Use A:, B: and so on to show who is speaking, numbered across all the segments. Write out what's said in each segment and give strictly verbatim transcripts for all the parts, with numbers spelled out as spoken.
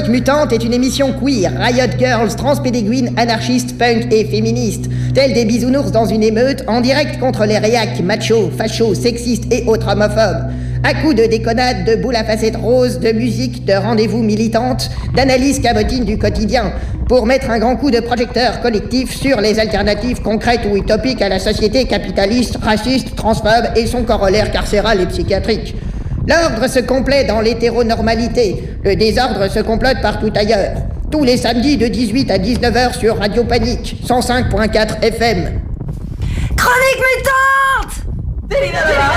A: Chronique Mutante est une émission queer, riot girls, transpédéguines, anarchistes, punk et féministes. Tels des bisounours dans une émeute, en direct contre les réacs, machos, fachos, sexistes et autres homophobes. À coups de déconnades, de boules à facettes roses, de musique, de rendez-vous militantes, d'analyses cabotines du quotidien, pour mettre un grand coup de projecteur collectif sur les alternatives concrètes ou utopiques à la société capitaliste, raciste, transphobe et son corollaire carcéral et psychiatrique. L'ordre se complaît dans l'hétéronormalité, le désordre se complote partout ailleurs. Tous les samedis de dix-huit à dix-neuf heures sur Radio Panique, cent cinq virgule quatre F M.
B: Chronique Mutante!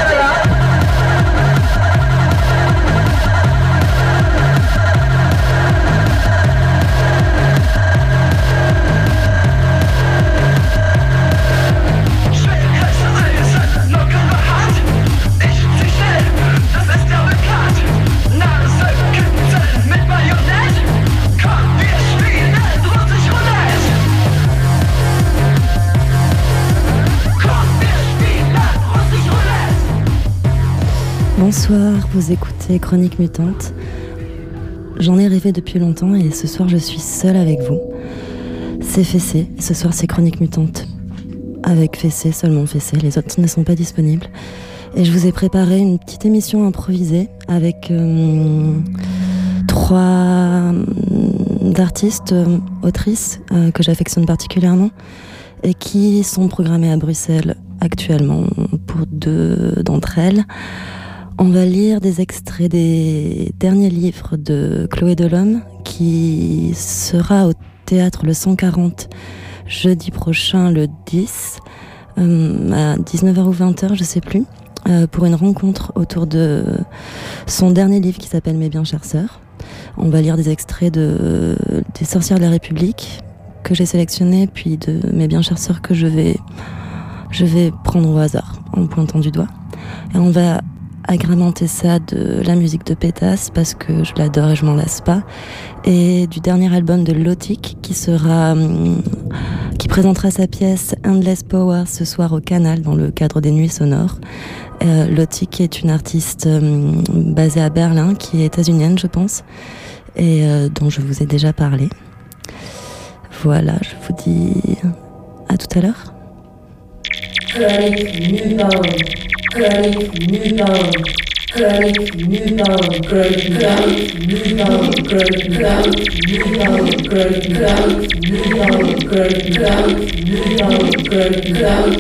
C: Bonsoir, vous écoutez Chronique Mutante. J'en ai rêvé depuis longtemps et ce soir je suis seule avec vous. C'est Fessé, et ce soir c'est Chronique Mutante. Avec Fessé, seulement Fessé, les autres ne sont pas disponibles. Et je vous ai préparé une petite émission improvisée avec euh, trois euh, artistes, euh, autrices euh, que j'affectionne particulièrement et qui sont programmées à Bruxelles actuellement pour deux d'entre elles. On va lire des extraits des derniers livres de Chloé Delhomme qui sera au théâtre le cent quarante jeudi prochain le dix euh, à dix-neuf heures ou vingt heures, je sais plus, euh, pour une rencontre autour de son dernier livre qui s'appelle Mes bien chères sœurs. On va lire des extraits de, des Sorcières de la République que j'ai sélectionnés, puis de Mes bien chères sœurs que je vais, je vais prendre au hasard en pointant du doigt. Et on va agrémenter ça de la musique de Pétasse parce que je l'adore et je m'en lasse pas, et du dernier album de Lotic qui sera qui présentera sa pièce Endless Power ce soir au Canal dans le cadre des Nuits Sonores. euh, Lotic est une artiste euh, basée à Berlin qui est états-unienne je pense et euh, dont je vous ai déjà parlé. Voilà, je vous dis à tout à l'heure.
D: Chronique Mutante. Chronique Mutante. Chronique Mutante. Chronique Mutante. Chronique Mutante. Chronique Mutante. Chronique Mutante. Chronique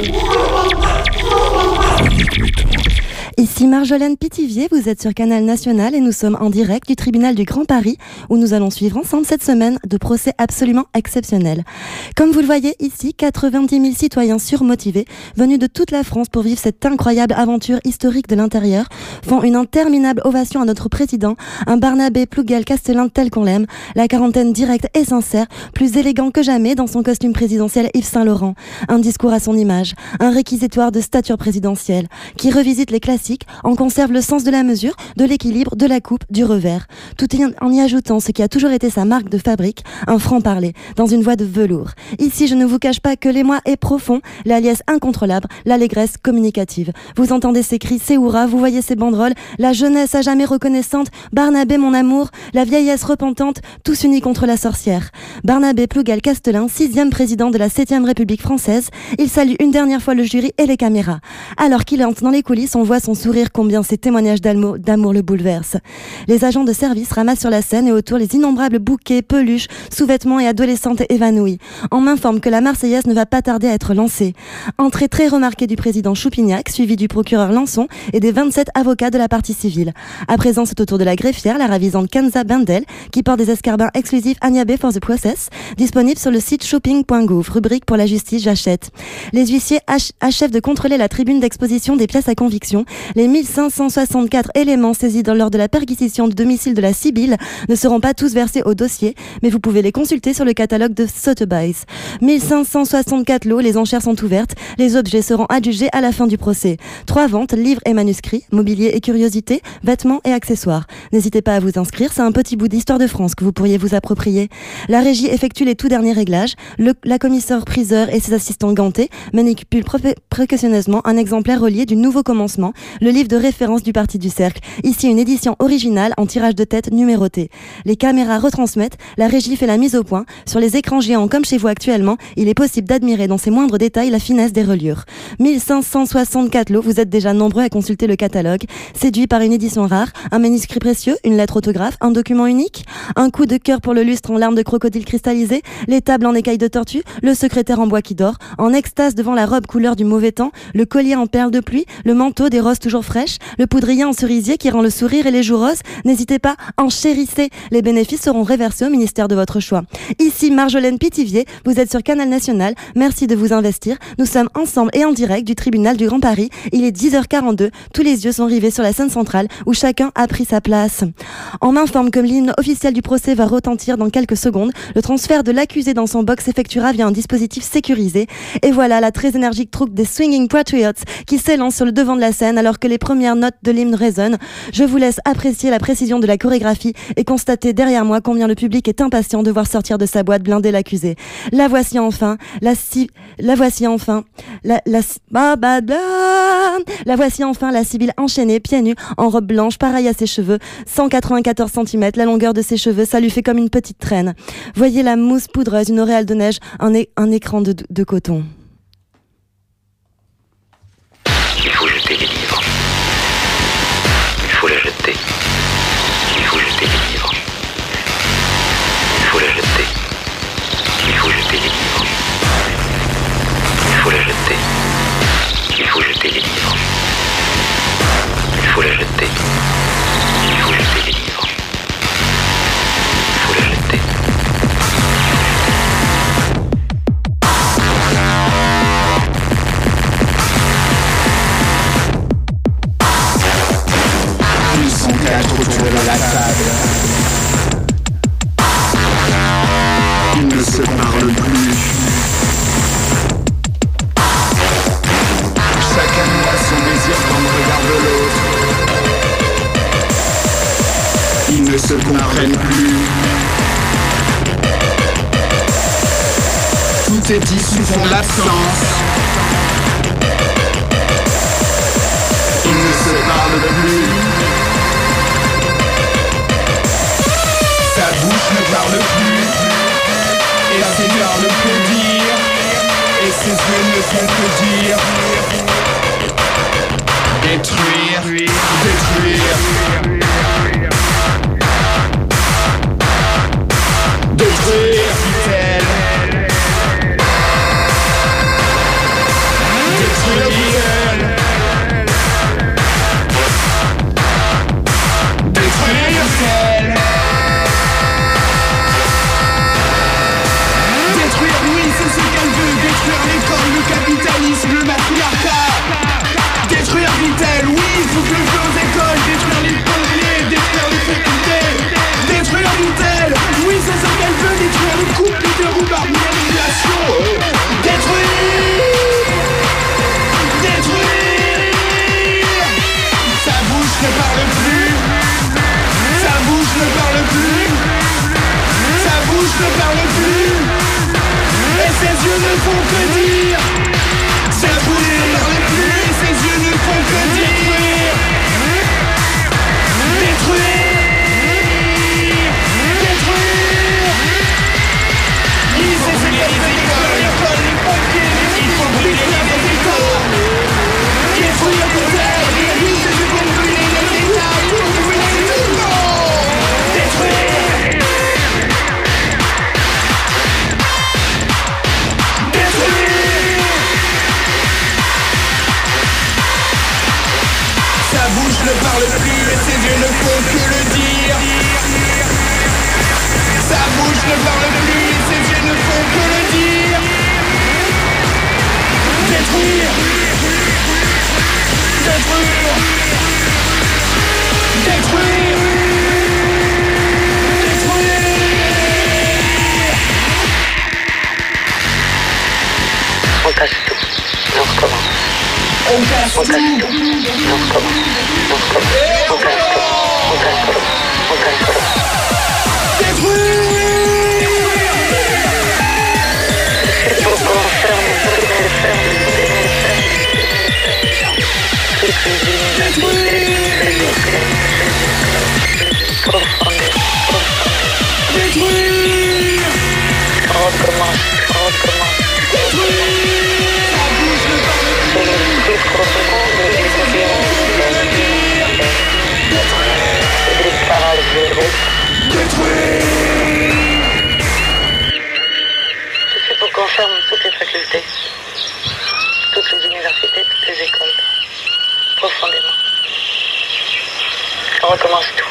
D: Mutante.
C: Ici Marjolaine Pithiviers, vous êtes sur Canal National et nous sommes en direct du tribunal du Grand Paris où nous allons suivre ensemble cette semaine de procès absolument exceptionnels. Comme vous le voyez ici, quatre-vingt-dix mille citoyens surmotivés venus de toute la France pour vivre cette incroyable aventure historique de l'intérieur font une interminable ovation à notre président, un Barnabé Plouguel-Castelin tel qu'on l'aime, la quarantaine directe et sincère, plus élégant que jamais dans son costume présidentiel Yves Saint-Laurent, un discours à son image, un réquisitoire de stature présidentielle qui revisite les classiques, en conserve le sens de la mesure, de l'équilibre, de la coupe, du revers. Tout en y ajoutant ce qui a toujours été sa marque de fabrique, un franc-parler, dans une voix de velours. Ici, je ne vous cache pas que l'émoi est profond, la liesse incontrôlable, l'allégresse communicative. Vous entendez ces cris, ces hurrahs, vous voyez ces banderoles, la jeunesse à jamais reconnaissante, Barnabé mon amour, la vieillesse repentante, tous unis contre la sorcière. Barnabé Plouguel-Castelin, sixième président de la septième République française, il salue une dernière fois le jury et les caméras. Alors qu'il entre dans les coulisses, on voit son sourire combien ces témoignages d'amour le bouleversent. Les agents de service ramassent sur la scène et autour les innombrables bouquets, peluches, sous-vêtements et adolescentes évanouies. On m'informe que la Marseillaise ne va pas tarder à être lancée. Entrée très remarquée du président Choupignac, suivi du procureur Lançon et des vingt-sept avocats de la partie civile. À présent, c'est au tour de la greffière, la ravisante Kenza Bendel, qui porte des escarpins exclusifs Agnabé for the Process, disponibles sur le site shopping point gouv, rubrique pour la justice, j'achète. Les huissiers ach- achèvent de contrôler la tribune d'exposition des pièces à conviction. Les mille cinq cent soixante-quatre éléments saisis lors de la perquisition du domicile de la Sibylle ne seront pas tous versés au dossier, mais vous pouvez les consulter sur le catalogue de Sotheby's. mille cinq cent soixante-quatre lots, les enchères sont ouvertes, les objets seront adjugés à la fin du procès. Trois ventes, livres et manuscrits, mobilier et curiosités, vêtements et accessoires. N'hésitez pas à vous inscrire, c'est un petit bout d'histoire de France que vous pourriez vous approprier. La régie effectue les tout derniers réglages, le, la commissaire priseur et ses assistants gantés manipulent pré- précautionneusement un exemplaire relié du nouveau commencement, le livre de référence du Parti du Cercle. Ici, une édition originale en tirage de tête numéroté. Les caméras retransmettent, la régie fait la mise au point. Sur les écrans géants comme chez vous actuellement, il est possible d'admirer dans ses moindres détails la finesse des reliures. mille cinq cent soixante-quatre lots, vous êtes déjà nombreux à consulter le catalogue. Séduit par une édition rare, un manuscrit précieux, une lettre autographe, un document unique, un coup de cœur pour le lustre en larmes de crocodile cristallisé, les tables en écailles de tortue, le secrétaire en bois qui dort, en extase devant la robe couleur du mauvais temps, le collier en perles de pluie, le manteau des roses toujours fraîches, le poudrier en cerisier qui rend le sourire et les joues roses. N'hésitez pas, enchérissez. Les bénéfices seront réversés au ministère de votre choix. Ici Marjolaine Pithiviers, vous êtes sur Canal National. Merci de vous investir. Nous sommes ensemble et en direct du tribunal du Grand Paris. Il est dix heures quarante-deux. Tous les yeux sont rivés sur la scène centrale où chacun a pris sa place. On m'informe que l'hymne officiel du procès va retentir dans quelques secondes. Le transfert de l'accusé dans son box s'effectuera via un dispositif sécurisé. Et voilà la très énergique troupe des Swinging Patriots qui s'élance sur le devant de la scène alors que les premières notes de l'hymne résonnent. Je vous laisse apprécier la précision de la chorégraphie et constater derrière moi combien le public est impatient de voir sortir de sa boîte blindée l'accusé. La voici enfin, la si, la voici enfin, la, la, bah, bah, bah, la voici enfin la Sibylle enchaînée, pieds nus, en robe blanche, pareil à ses cheveux, cent quatre-vingt-quatorze centimètres, la longueur de ses cheveux, ça lui fait comme une petite traîne. Voyez la mousse poudreuse, une auréole de neige, un, é- un écran de, de coton.
E: Il faut jeter les livres. Il faut les jeter. Il faut jeter les livres. Il faut les jeter. Il faut jeter les livres. Il faut les jeter. Il faut jeter les livres. Il faut les jeter. Il faut jeter les livres. Il faut les jeter.
F: Ils sont quatre autour de la table. Ils ne se parlent plus. Chacun a son désir quand on regarde l'autre. Ils ne se comprennent plus. Tout est dit sous fond de l'absence. Ils ne se parlent plus. Sa bouche ne parle plus. Et ses cœurs ne peuvent dire. Et ses yeux ne font que dire. Détruire, détruire. Détruire, dit-elle. Détruire. Détruire, dit-elle. Détruire, oui, c'est ce qu'elle veut. Détruire l'école, le capitalisme, le matriarcat. Détruire, dit-elle, oui, il faut que le feu aux écoles. Détruire les pompiers, détruire les facultés. Détruire, dit-elle, oui, c'est ce qu'elle veut. Détruire les couples, les deux roues barbières, les relations. Détruire. Détruire. Sa bouche ne parle plus. Sa bouche ne parle plus. Sa bouche ne parle plus. Et ses yeux ne font que dire. Sa bouche ne parle plus. Et ses yeux ne font que dire. Détruire. Détruire. Il faut brûler les écoles, l'école, les pompiers. Il faut brûler les écoles. Détruire peut-être. Oui, c'est ce qu'on brûler les états. Il faut brûler les écoles. Détruire. Sa bouche ne parle plus et ses yeux ne font que le dire. Sa bouche ne parle plus et ses yeux ne font que le dire. Détruire. Détruire. Détruire. Détruire.
E: On casse tout. On recommence.
F: On casse
E: On casse
F: tout.
E: tout. On recommence. On recommence. On casse tout. On casse tout. On casse tout.
F: Détruire.
E: C'est pour qu'on ferme.
F: Détruire.
G: toutes les églises, toutes les universités, toutes les écoles, profondément. On recommence tout.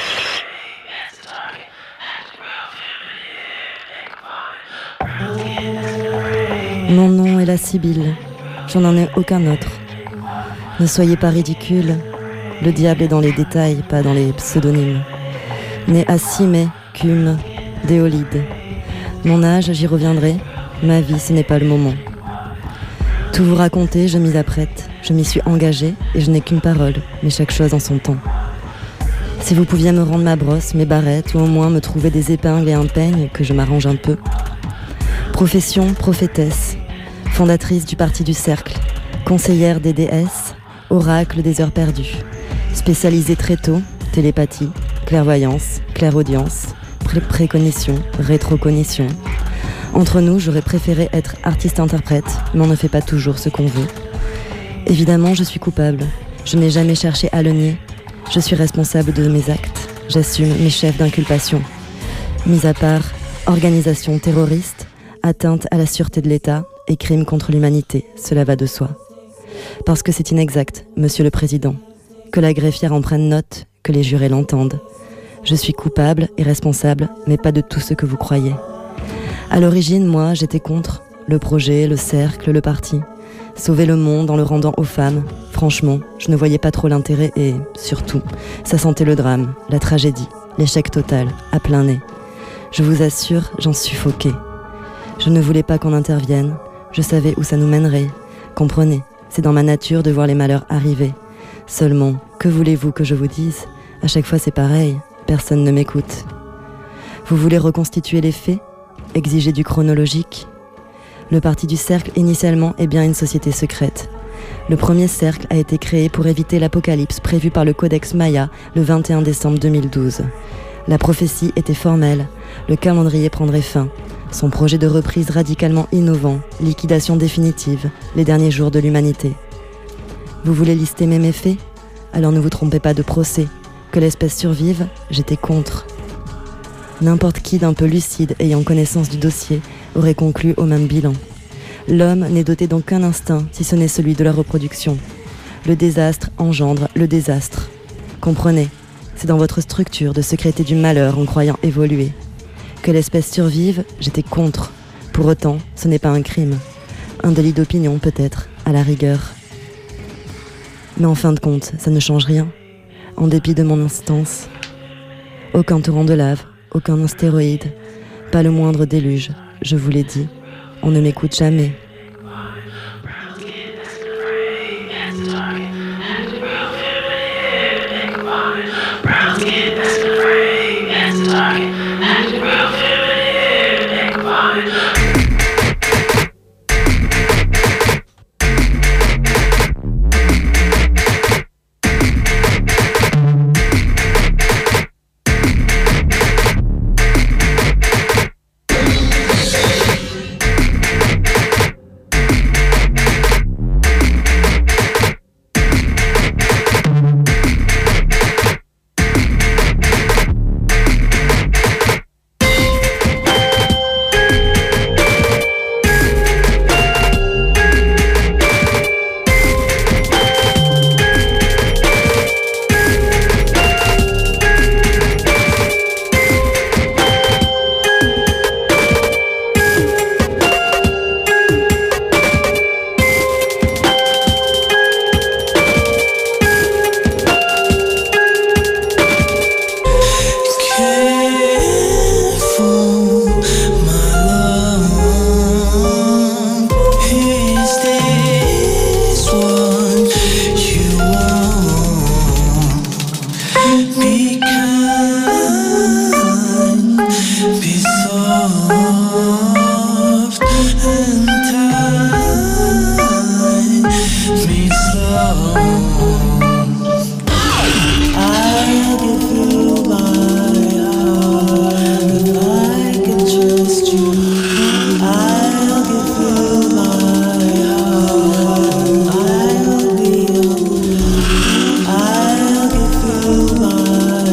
C: Mon nom est la Sibylle, je n'en ai aucun autre. Ne soyez pas ridicule, le diable est dans les détails, pas dans les pseudonymes. Né à Cimée, Cume, Déolide. Mon âge, j'y reviendrai, ma vie, ce n'est pas le moment. Tout vous raconter, je m'y apprête, je m'y suis engagée et je n'ai qu'une parole, mais chaque chose en son temps. Si vous pouviez me rendre ma brosse, mes barrettes, ou au moins me trouver des épingles et un peigne, que je m'arrange un peu. Profession, prophétesse, fondatrice du Parti du Cercle, conseillère des déesses, oracle des heures perdues, spécialisée très tôt, télépathie, clairvoyance, clairaudience, pré- précognition, rétrocognition. Entre nous, j'aurais préféré être artiste-interprète, mais on ne fait pas toujours ce qu'on veut. Évidemment, je suis coupable. Je n'ai jamais cherché à le nier. Je suis responsable de mes actes. J'assume mes chefs d'inculpation. Mis à part organisation terroriste, atteinte à la sûreté de l'État et crimes contre l'humanité, cela va de soi. Parce que c'est inexact, Monsieur le Président. Que la greffière en prenne note, que les jurés l'entendent. Je suis coupable et responsable, mais pas de tout ce que vous croyez. À l'origine, moi, j'étais contre le projet, le cercle, le parti. Sauver le monde en le rendant aux femmes. Franchement, je ne voyais pas trop l'intérêt et, surtout, ça sentait le drame, la tragédie, l'échec total, à plein nez. Je vous assure, j'en suffoquais. Je ne voulais pas qu'on intervienne. Je savais où ça nous mènerait. Comprenez, c'est dans ma nature de voir les malheurs arriver. Seulement, que voulez-vous que je vous dise ? À chaque fois, c'est pareil. Personne ne m'écoute. Vous voulez reconstituer les faits ? Exiger du chronologique ? Le Parti du Cercle, initialement, est bien une société secrète. Le premier cercle a été créé pour éviter l'apocalypse prévue par le Codex Maya le vingt et un décembre deux mille douze. La prophétie était formelle. Le calendrier prendrait fin. Son projet de reprise radicalement innovant, liquidation définitive, les derniers jours de l'humanité. Vous voulez lister mes méfaits ? Alors ne vous trompez pas de procès. Que l'espèce survive, j'étais contre. N'importe qui d'un peu lucide ayant connaissance du dossier aurait conclu au même bilan. L'homme n'est doté d'aucun instinct si ce n'est celui de la reproduction. Le désastre engendre le désastre. Comprenez, c'est dans votre structure de sécréter du malheur en croyant évoluer. Que l'espèce survive, j'étais contre. Pour autant, ce n'est pas un crime. Un délit d'opinion peut-être, à la rigueur. Mais en fin de compte, ça ne change rien. En dépit de mon instance. Aucun torrent de lave, aucun astéroïde, pas le moindre déluge, je vous l'ai dit. On ne m'écoute jamais.
H: I'll give you my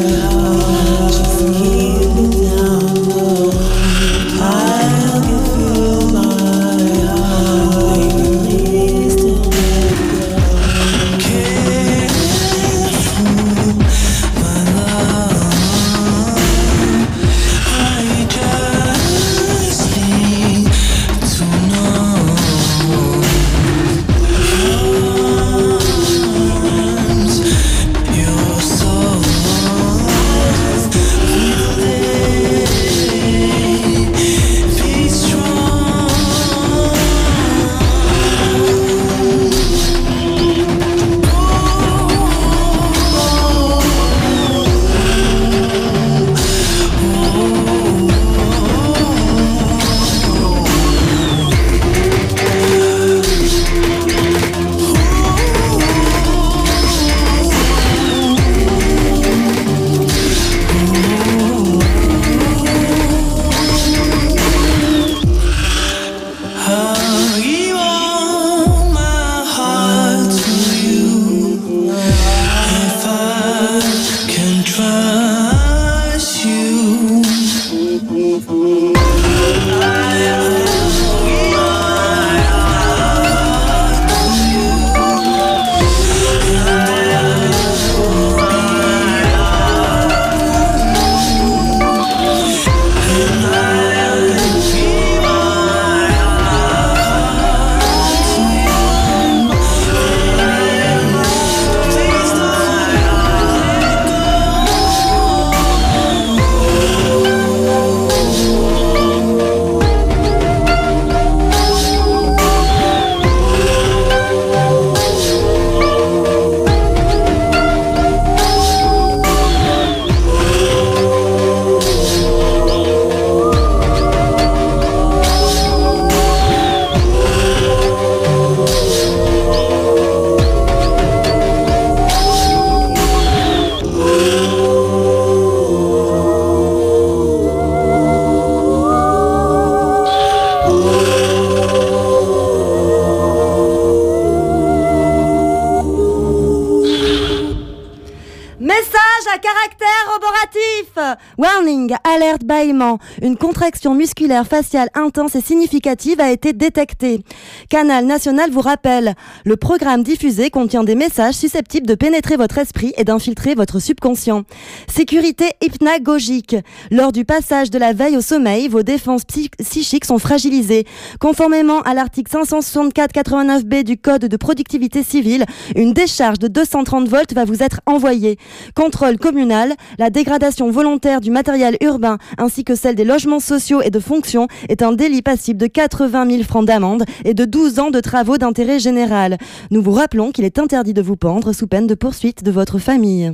C: Message à caractère roboratif. Warning, alerte bâillement. Une contraction musculaire faciale intense et significative a été détectée. Canal National vous rappelle, le programme diffusé contient des messages susceptibles de pénétrer votre esprit et d'infiltrer votre subconscient. Sécurité hypnagogique. Lors du passage de la veille au sommeil, vos défenses psy- psychiques sont fragilisées. Conformément à l'article cinq cent soixante-quatre quatre-vingt-neuf B du Code de productivité civile, une décharge de deux cent trente volts va vous être envoyée. Contrôle communal, la dégradation volontaire du matériel urbain ainsi que celle des logements sociaux et de fonction est un délit passible de quatre-vingt mille francs d'amende et de douze ans de travaux d'intérêt général. Nous vous rappelons qu'il est interdit de vous pendre sous peine de poursuite de votre famille.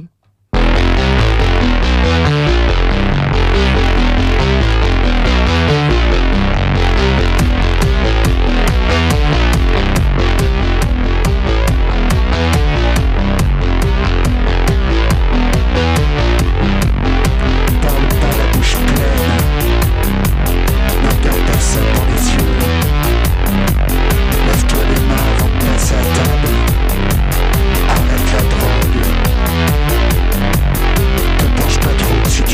H: Arrête la drogue. Ne pense pas trop, tu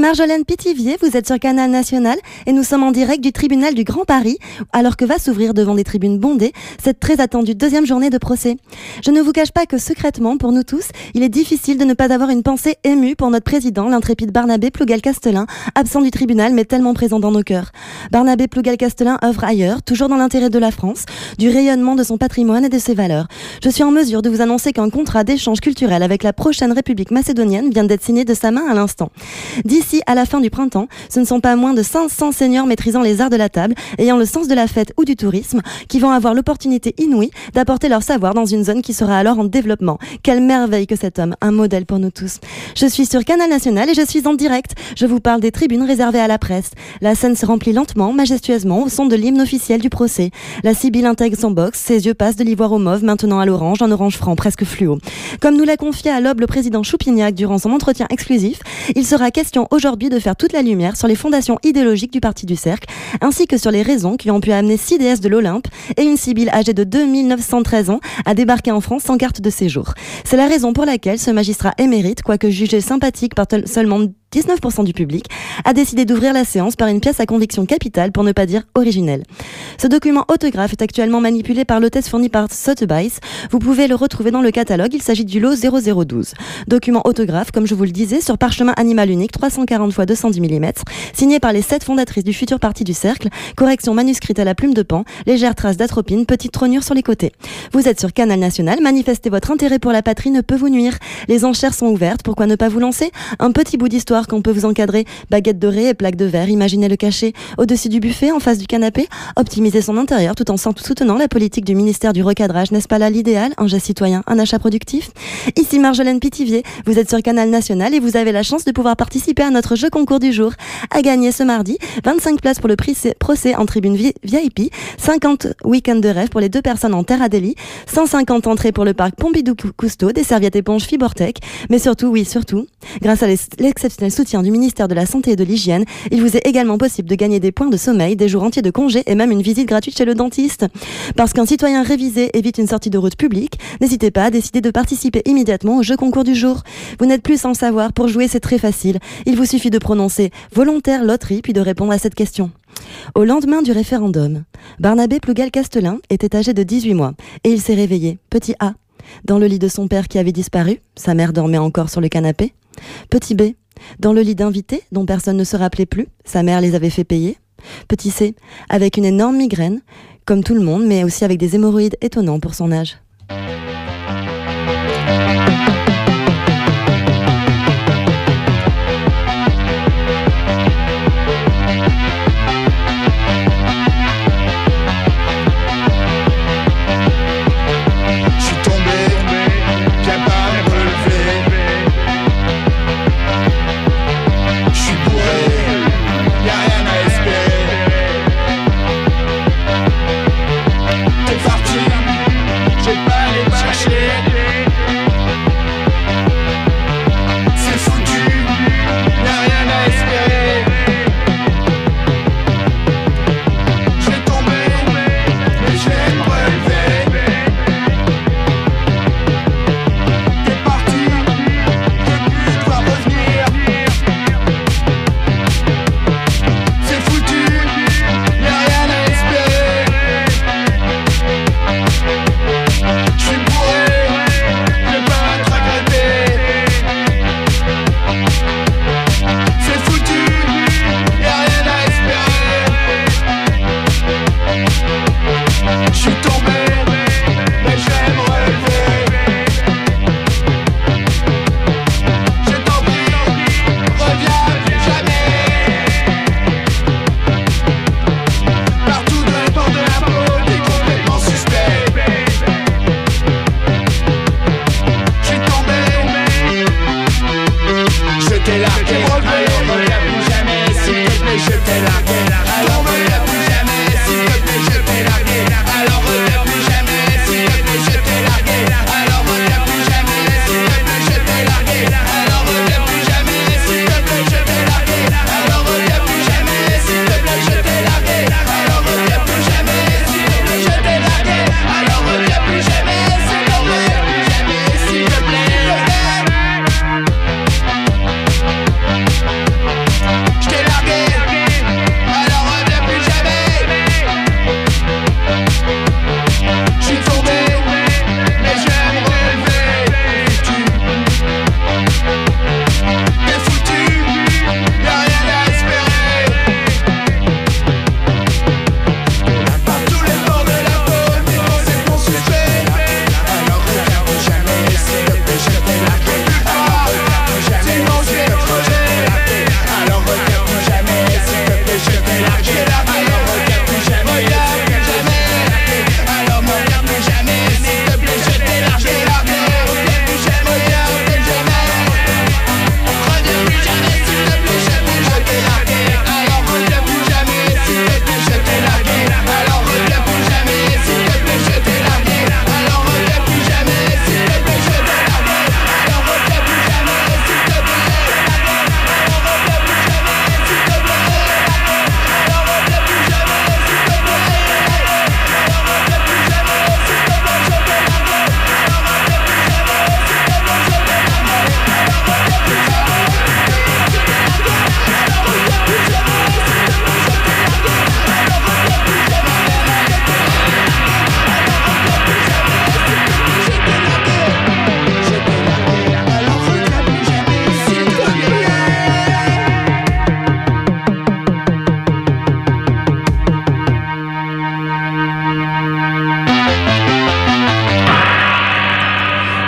C: Marjolaine Pithiviers, vous êtes sur Canal National et nous sommes en direct du tribunal du Grand Paris, alors que va s'ouvrir devant des tribunes bondées cette très attendue deuxième journée de procès. Je ne vous cache pas que secrètement, pour nous tous, il est difficile de ne pas avoir une pensée émue pour notre président, l'intrépide Barnabé Plougal-Castelin, absent du tribunal mais tellement présent dans nos cœurs. Barnabé Plougal-Castelin œuvre ailleurs, toujours dans l'intérêt de la France, du rayonnement de son patrimoine et de ses valeurs. Je suis en mesure de vous annoncer qu'un contrat d'échange culturel avec la prochaine République macédonienne vient d'être signé de sa main à l'instant. D'ici à la fin du printemps, ce ne sont pas moins de cinq cents seniors maîtrisant les arts de la table, ayant le sens de la fête ou du tourisme, qui vont avoir l'opportunité inouïe d'apporter leur savoir dans une zone qui sera alors en développement. Quelle merveille que cet homme, un modèle pour nous tous. Je suis sur Canal National et je suis en direct. Je vous parle des tribunes réservées à la presse. La scène se remplit lentement, majestueusement, au son de l'hymne officiel du procès. La Sibylle intègre son box, ses yeux passent de l'ivoire au mauve, maintenant à l'orange, en orange franc, presque fluo. Comme nous l'a confié à l'aube le président Choupignac durant son entretien exclusif, il sera question aujourd'hui de faire toute la lumière sur les fondations idéologiques du Parti du Cercle, ainsi que sur les raisons qui ont pu amener six déesses de l'Olympe et une Sibylle âgée de deux mille neuf cent treize ans à débarquer en France sans carte de séjour. C'est la raison pour laquelle ce magistrat émérite, quoique jugé sympathique par seulement dix-neuf pour cent du public, a décidé d'ouvrir la séance par une pièce à conviction capitale, pour ne pas dire originelle. Ce document autographe est actuellement manipulé par l'hôtesse fournie par Sotheby's. Vous pouvez le retrouver dans le catalogue, il s'agit du lot zéro zéro douze. Document autographe, comme je vous le disais, sur parchemin animal unique trois cent quarante par deux cent dix millimètres, signé par les sept fondatrices du futur Parti du Cercle, correction manuscrite à la plume de pan, légère trace d'atropine, petite rognure sur les côtés. Vous êtes sur Canal National, manifestez votre intérêt pour la patrie ne peut vous nuire. Les enchères sont ouvertes, pourquoi ne pas vous lancer? Un petit bout d'histoire qu'on peut vous encadrer, baguette dorée et plaque de verre, imaginez le cacher au-dessus du buffet, en face du canapé, optimiser son intérieur tout en soutenant la politique du ministère du recadrage, n'est-ce pas là l'idéal? Un geste citoyen, un achat productif? Ici Marjolaine Pithiviers, vous êtes sur Canal National et vous avez la chance de pouvoir participer à notre jeu concours du jour. À gagner ce mardi, vingt-cinq places pour le procès en tribune V I P, cinquante week-ends de rêve pour les deux personnes en terre à Delhi, cent cinquante entrées pour le parc Pompidou-Cousteau, des serviettes éponges Fibortech, mais surtout, oui surtout, grâce à l'exceptionnel soutien du ministère de la Santé et de l'Hygiène, il vous est également possible de gagner des points de sommeil, des jours entiers de congé et même une visite gratuite chez le dentiste. Parce qu'un citoyen révisé évite une sortie de route publique, n'hésitez pas à décider de participer immédiatement au jeu concours du jour. Vous n'êtes plus sans savoir, pour jouer c'est très facile. Il vous suffit de prononcer volontaire loterie puis de répondre à cette question. Au lendemain du référendum, Barnabé Plougal-Castelin était âgé de dix-huit mois et il s'est réveillé, petit A, dans le lit de son père qui avait disparu, sa mère dormait encore sur le canapé. Petit B, dans le lit d'invités dont personne ne se rappelait plus, sa mère les avait fait payer. Petit C, avec une énorme migraine, comme tout le monde, mais aussi avec des hémorroïdes étonnants pour son âge.
F: J'ai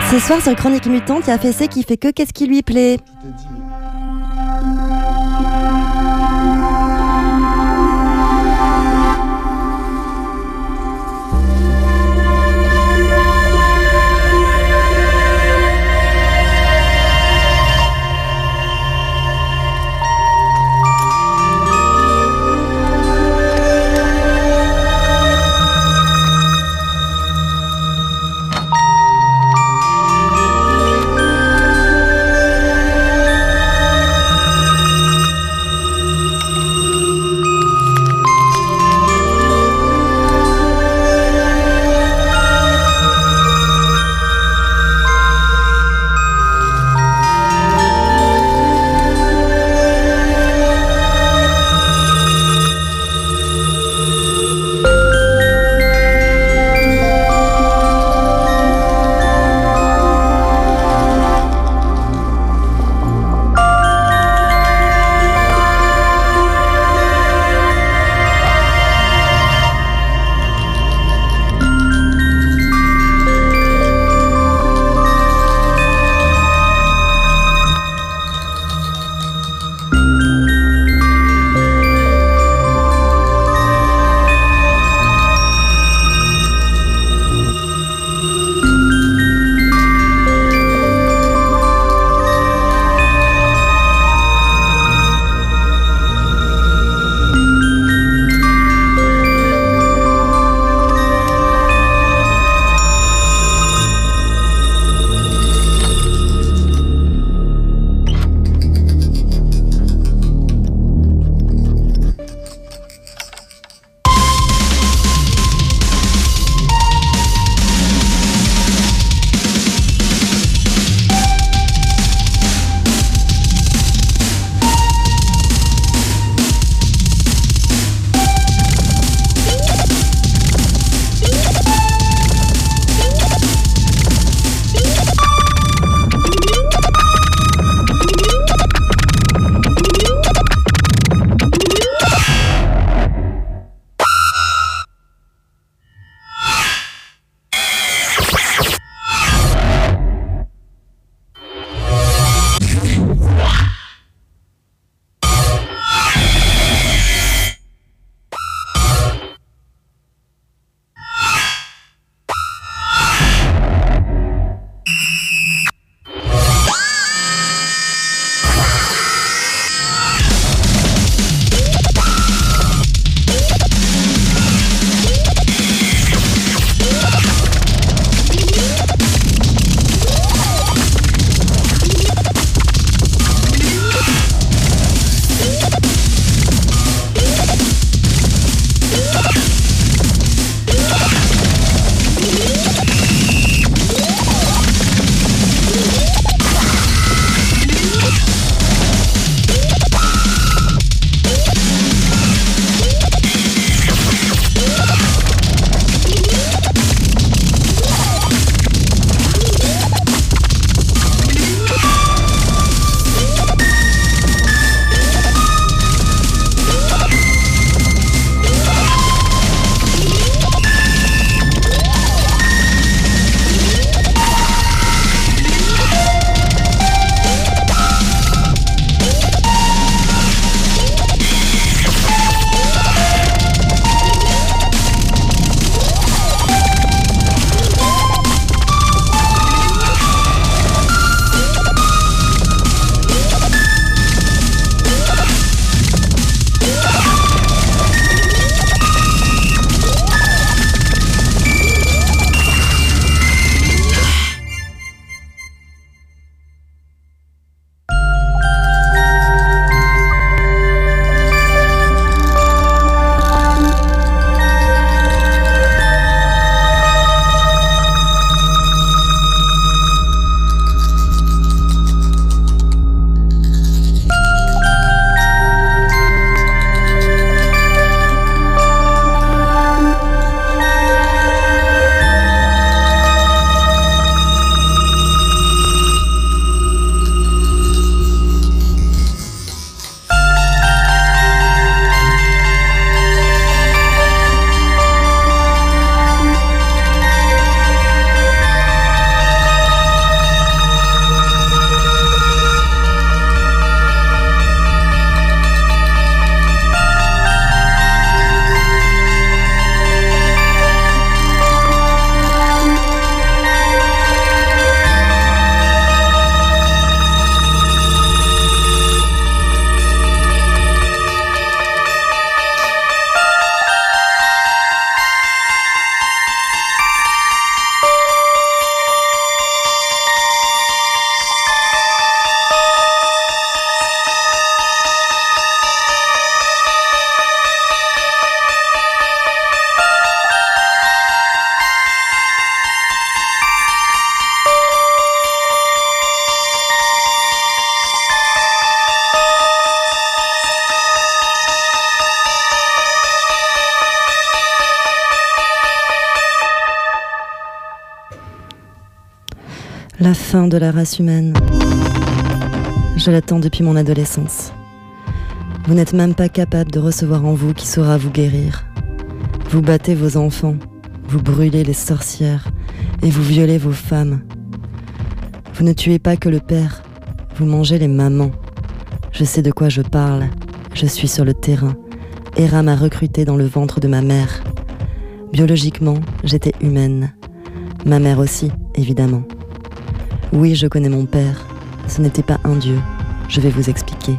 C: Ce soir sur Chronique Mutante, il y a Fessé qui fait que qu'est-ce qui lui plaît. La fin de la race humaine. Je l'attends depuis mon adolescence. Vous n'êtes même pas capable de recevoir en vous qui saura vous guérir. Vous battez vos enfants, vous brûlez les sorcières et vous violez vos femmes. Vous ne tuez pas que le père, vous mangez les mamans. Je sais de quoi je parle, je suis sur le terrain. Hera m'a recruté dans le ventre de ma mère. Biologiquement, j'étais humaine. Ma mère aussi, évidemment. Oui, je connais mon père. Ce n'était pas un dieu. Je vais vous expliquer.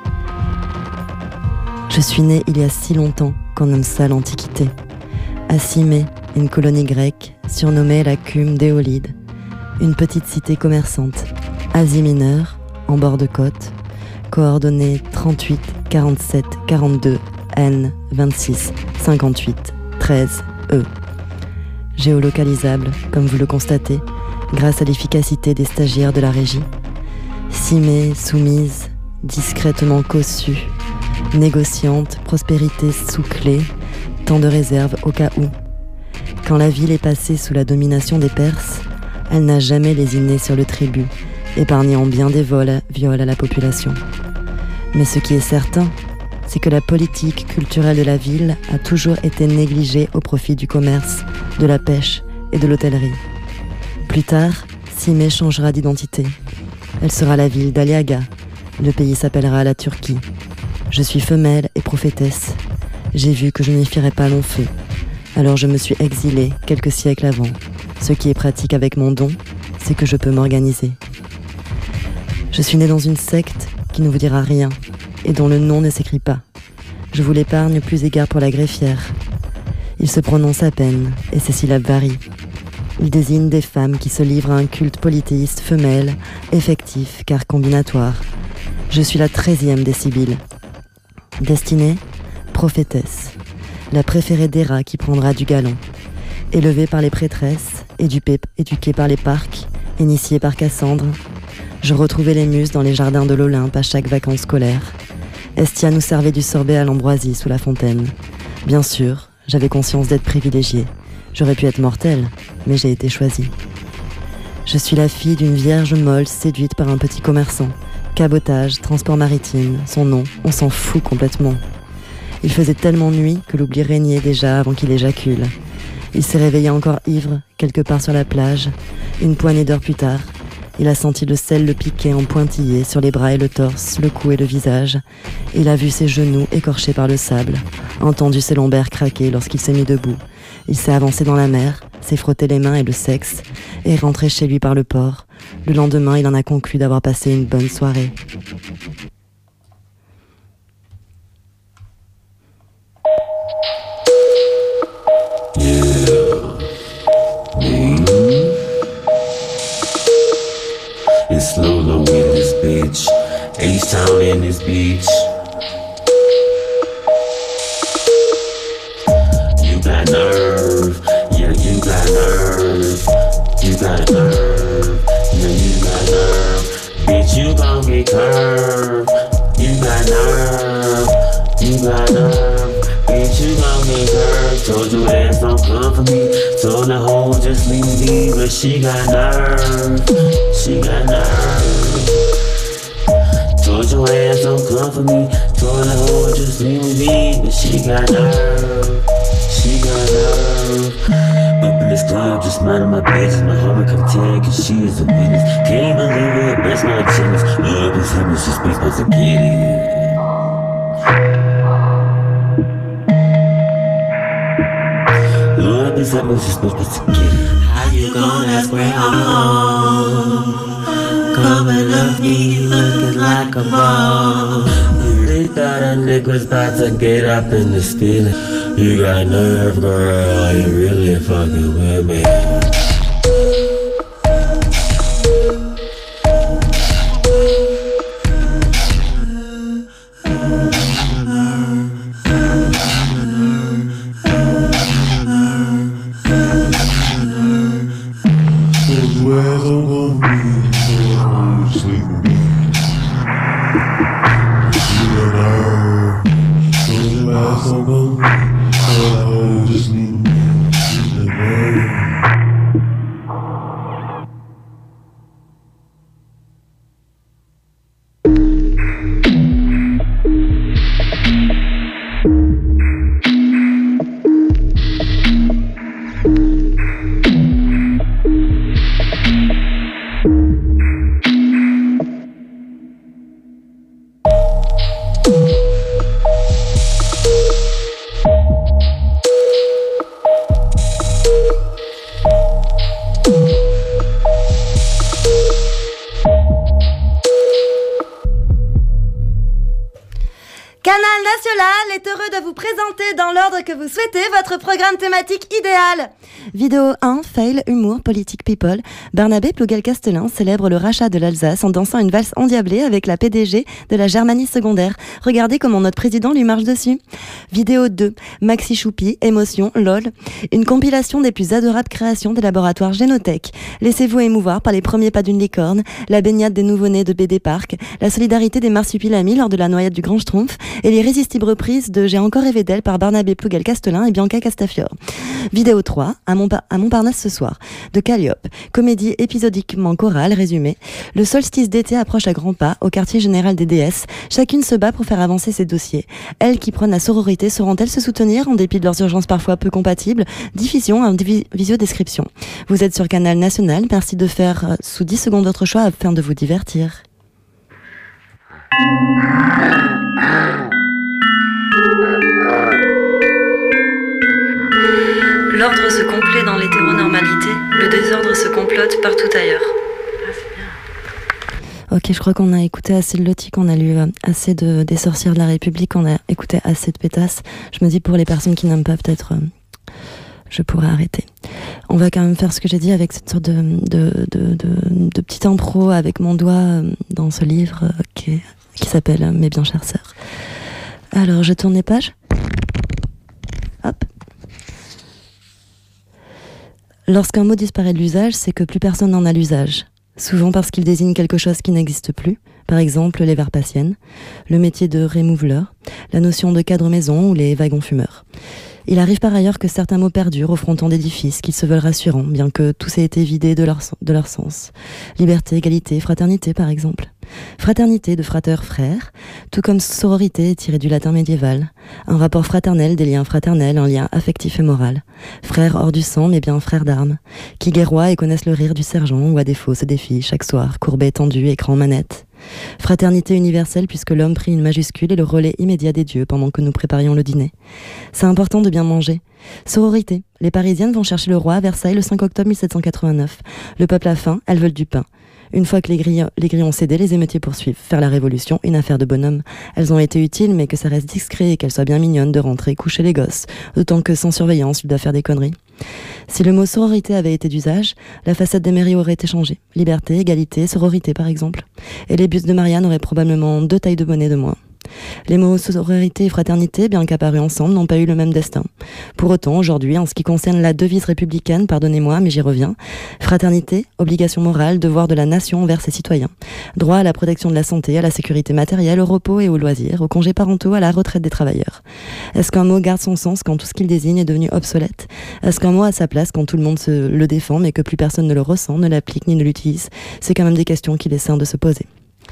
C: Je suis née il y a si longtemps qu'en homme sale antiquité. À Cimée, une colonie grecque, surnommée la Cume d'Éolide. Une petite cité commerçante. Asie mineure, en bord de côte. Coordonnées trente-huit, quarante-sept, quarante-deux, N, vingt-six, cinquante-huit, treize, E. Géolocalisable, comme vous le constatez, grâce à l'efficacité des stagiaires de la régie. Cimée, soumise, discrètement cossue, négociante, prospérité sous clé, tant de réserve au cas où. Quand la ville est passée sous la domination des Perses, elle n'a jamais lésiné sur le tribut, épargnant bien des vols, viols à la population. Mais ce qui est certain, c'est que la politique culturelle de la ville a toujours été négligée au profit du commerce, de la pêche et de l'hôtellerie. Plus tard, Cimée changera d'identité. Elle sera la ville d'Aliaga. Le pays s'appellera la Turquie. Je suis femelle et prophétesse. J'ai vu que je n'y ferais pas long feu. Alors je me suis exilée quelques siècles avant. Ce qui est pratique avec mon don, c'est que je peux m'organiser. Je suis née dans une secte qui ne vous dira rien et dont le nom ne s'écrit pas. Je vous l'épargne plus égard pour la greffière. Il se prononce à peine et ses syllabes varient. Il désigne des femmes qui se livrent à un culte polythéiste femelle, effectif car combinatoire. Je suis la treizième des Sibylles. Destinée, prophétesse. La préférée d'Héra qui prendra du galon. Élevée par les prêtresses, éduquée, éduquée par les parcs, initiée par Cassandre, je retrouvais les muses dans les jardins de l'Olympe à chaque vacances scolaires. Estia nous servait du sorbet à l'ambroisie sous la fontaine. Bien sûr, j'avais conscience d'être privilégiée. J'aurais pu être mortelle, mais j'ai été choisie. Je suis la fille d'une vierge molle séduite par un petit commerçant. Cabotage, transport maritime, son nom, on s'en fout complètement. Il faisait tellement nuit que l'oubli régnait déjà avant qu'il éjacule. Il s'est réveillé encore ivre, quelque part sur la plage. Une poignée d'heures plus tard, il a senti le sel le piquer en pointillé sur les bras et le torse, le cou et le visage. Il a vu ses genoux écorchés par le sable, entendu ses lombaires craquer lorsqu'il s'est mis debout. Il s'est avancé dans la mer, s'est frotté les mains et le sexe, et est rentré chez lui par le port. Le lendemain, il en a conclu d'avoir passé une bonne soirée.
H: It's Lolo in this bitch, H-Town in this beach. You got nerve, yeah, you got nerve. You got nerve, yeah, you got nerve. Bitch, you gon' get curved. You got nerve, you got nerve. Bitch, you gon' get curved. Told your ass don't come for me. Told the hoe just leave me, but she got nerve. She got nerve. Told your ass don't come for me. Told the hoe just leave me, but she got nerve. She got nerve. Up in this club, just minding my business. My homie come tag, cause she is a witness. Can't believe it, that's my genius. Love is him, it's just we supposed to get it. Love is him, it's just supposed to get it. How you gon' ask where I'm on? Coming up me, looking like a ball. You really thought a nigga was about to get up in this feeling. You got nerve, girl, you really fucking with me.
C: national est heureux de vous présenter dans l'ordre que vous souhaitez votre programme thématique idéal. Vidéo un, fail, humour, politique people. Barnabé Plougal-Castelin célèbre le rachat de l'Alsace en dansant une valse endiablée avec la P D G de la Germanie secondaire. Regardez comment notre président lui marche dessus. Vidéo deux, Maxi Choupi, émotion, lol. Une compilation des plus adorables créations des laboratoires Génotech. Laissez-vous émouvoir par les premiers pas d'une licorne, la baignade des nouveau-nés de B D Park, la solidarité des marsupilamis lors de la noyade du Grand Schtroumpf et l'irrésistible reprise de J'ai encore rêvé d'elle par Barnabé Plougal-Castelin et Bianca Castafiore. Vidéo trois, à, Montpa- à Montparnasse ce soir, de Calliope. Comédie épisodiquement chorale, résumé. Le solstice d'été approche à grands pas au quartier général des déesses. Chacune se bat pour faire avancer ses dossiers. Elles qui prennent la sororité sauront-elles se soutenir en dépit de leurs urgences parfois peu compatibles? Diffusion en vi- visio-description. Vous êtes sur Canal National, merci de faire euh, sous dix secondes votre choix afin de vous divertir. L'ordre se complaît dans l'hétéronormalité, le désordre se complote partout ailleurs. Ok, je crois qu'on a écouté assez de Loti, qu'on a lu assez de, des sorcières de la République, on a écouté assez de pétasses. Je me dis pour les personnes qui n'aiment pas, peut-être euh, je pourrais arrêter. On va quand même faire ce que j'ai dit avec cette sorte de, de, de, de, de petite impro avec mon doigt euh, dans ce livre euh, qui, est, qui s'appelle euh, Mes bien chères sœurs. Alors, je tourne les pages. Hop. Lorsqu'un mot disparaît de l'usage, c'est que plus personne n'en a l'usage. Souvent parce qu'il désigne quelque chose qui n'existe plus, par exemple les verpaciennes, le métier de rémoveleur, la notion de cadre maison ou les wagons fumeurs. Il arrive par ailleurs que certains mots perdurent au fronton d'édifices qui se veulent rassurants, bien que tous aient été vidés de leur, de leur sens. Liberté, égalité, fraternité par exemple. Fraternité de frateur-frère, tout comme sororité tiré du latin médiéval. Un rapport fraternel, des liens fraternels, un lien affectif et moral. Frères hors du sang, mais bien frères d'armes, qui guerroient et connaissent le rire du sergent, ou à défaut se défient chaque soir, courbés, tendus, écran manette. Fraternité universelle puisque l'homme prit une majuscule et le relais immédiat des dieux pendant que nous préparions le dîner. C'est important de bien manger. Sororité. Les Parisiennes vont chercher le roi à Versailles le cinq octobre mille sept cent quatre-vingt-neuf. Le peuple a faim, elles veulent du pain. Une fois que les grilles, les grilles ont cédé, les émeutiers poursuivent. Faire la révolution, une affaire de bonhomme. Elles ont été utiles, mais que ça reste discret et qu'elles soient bien mignonnes de rentrer coucher les gosses. D'autant que sans surveillance, il doit faire des conneries. Si le mot sororité avait été d'usage, la façade des mairies aurait été changée. Liberté, égalité, sororité par exemple. Et les bustes de Marianne auraient probablement deux tailles de bonnet de moins. Les mots sororité et fraternité, bien qu'apparus ensemble, n'ont pas eu le même destin. Pour autant, aujourd'hui, en ce qui concerne la devise républicaine, pardonnez-moi, mais j'y reviens, fraternité, obligation morale, devoir de la nation envers ses citoyens, droit à la protection de la santé, à la sécurité matérielle, au repos et aux loisirs, aux congés parentaux, à la retraite des travailleurs. Est-ce qu'un mot garde son sens quand tout ce qu'il désigne est devenu obsolète? Est-ce qu'un mot a sa place quand tout le monde se le défend, mais que plus personne ne le ressent, ne l'applique ni ne l'utilise? C'est quand même des questions qu'il est sain de se poser.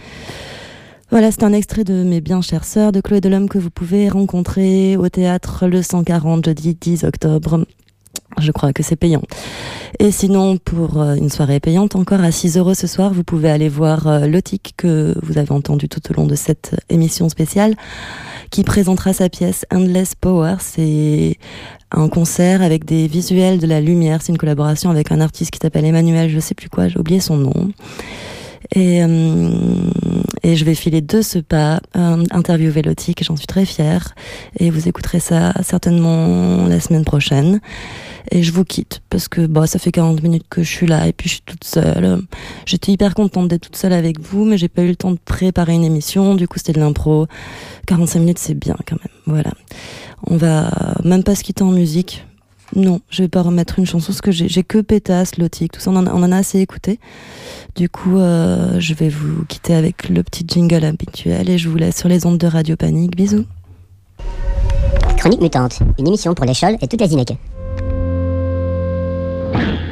C: Voilà, c'est un extrait de Mes bien chères sœurs de Chloé Delhomme que vous pouvez rencontrer au théâtre le cent quarante, jeudi dix octobre. Je crois que c'est payant. Et sinon, pour une soirée payante encore à six euros ce soir, vous pouvez aller voir Lotic que vous avez entendu tout au long de cette émission spéciale, qui présentera sa pièce Endless Power. C'est un concert avec des visuels, de la lumière. C'est une collaboration avec un artiste qui s'appelle Emmanuel, je sais plus quoi, j'ai oublié son nom. Et, euh, et je vais filer de ce pas, euh, interviewer Lotic, et j'en suis très fière. Et vous écouterez ça certainement la semaine prochaine. Et je vous quitte, parce que bah, ça fait quarante minutes que je suis là, et puis je suis toute seule. J'étais hyper contente d'être toute seule avec vous, mais j'ai pas eu le temps de préparer une émission, du coup c'était de l'impro. quarante-cinq minutes, c'est bien quand même, voilà. On va même pas se quitter en musique. Non, je vais pas remettre une chanson, parce que j'ai, j'ai que Pétasse, Lotic, tout ça, on en a, on en a assez écouté. Du coup, euh, je vais vous quitter avec le petit jingle habituel, et je vous laisse sur les ondes de Radio Panique. Bisous.
I: Chronique Mutante, une émission pour les chols et toutes les inecs.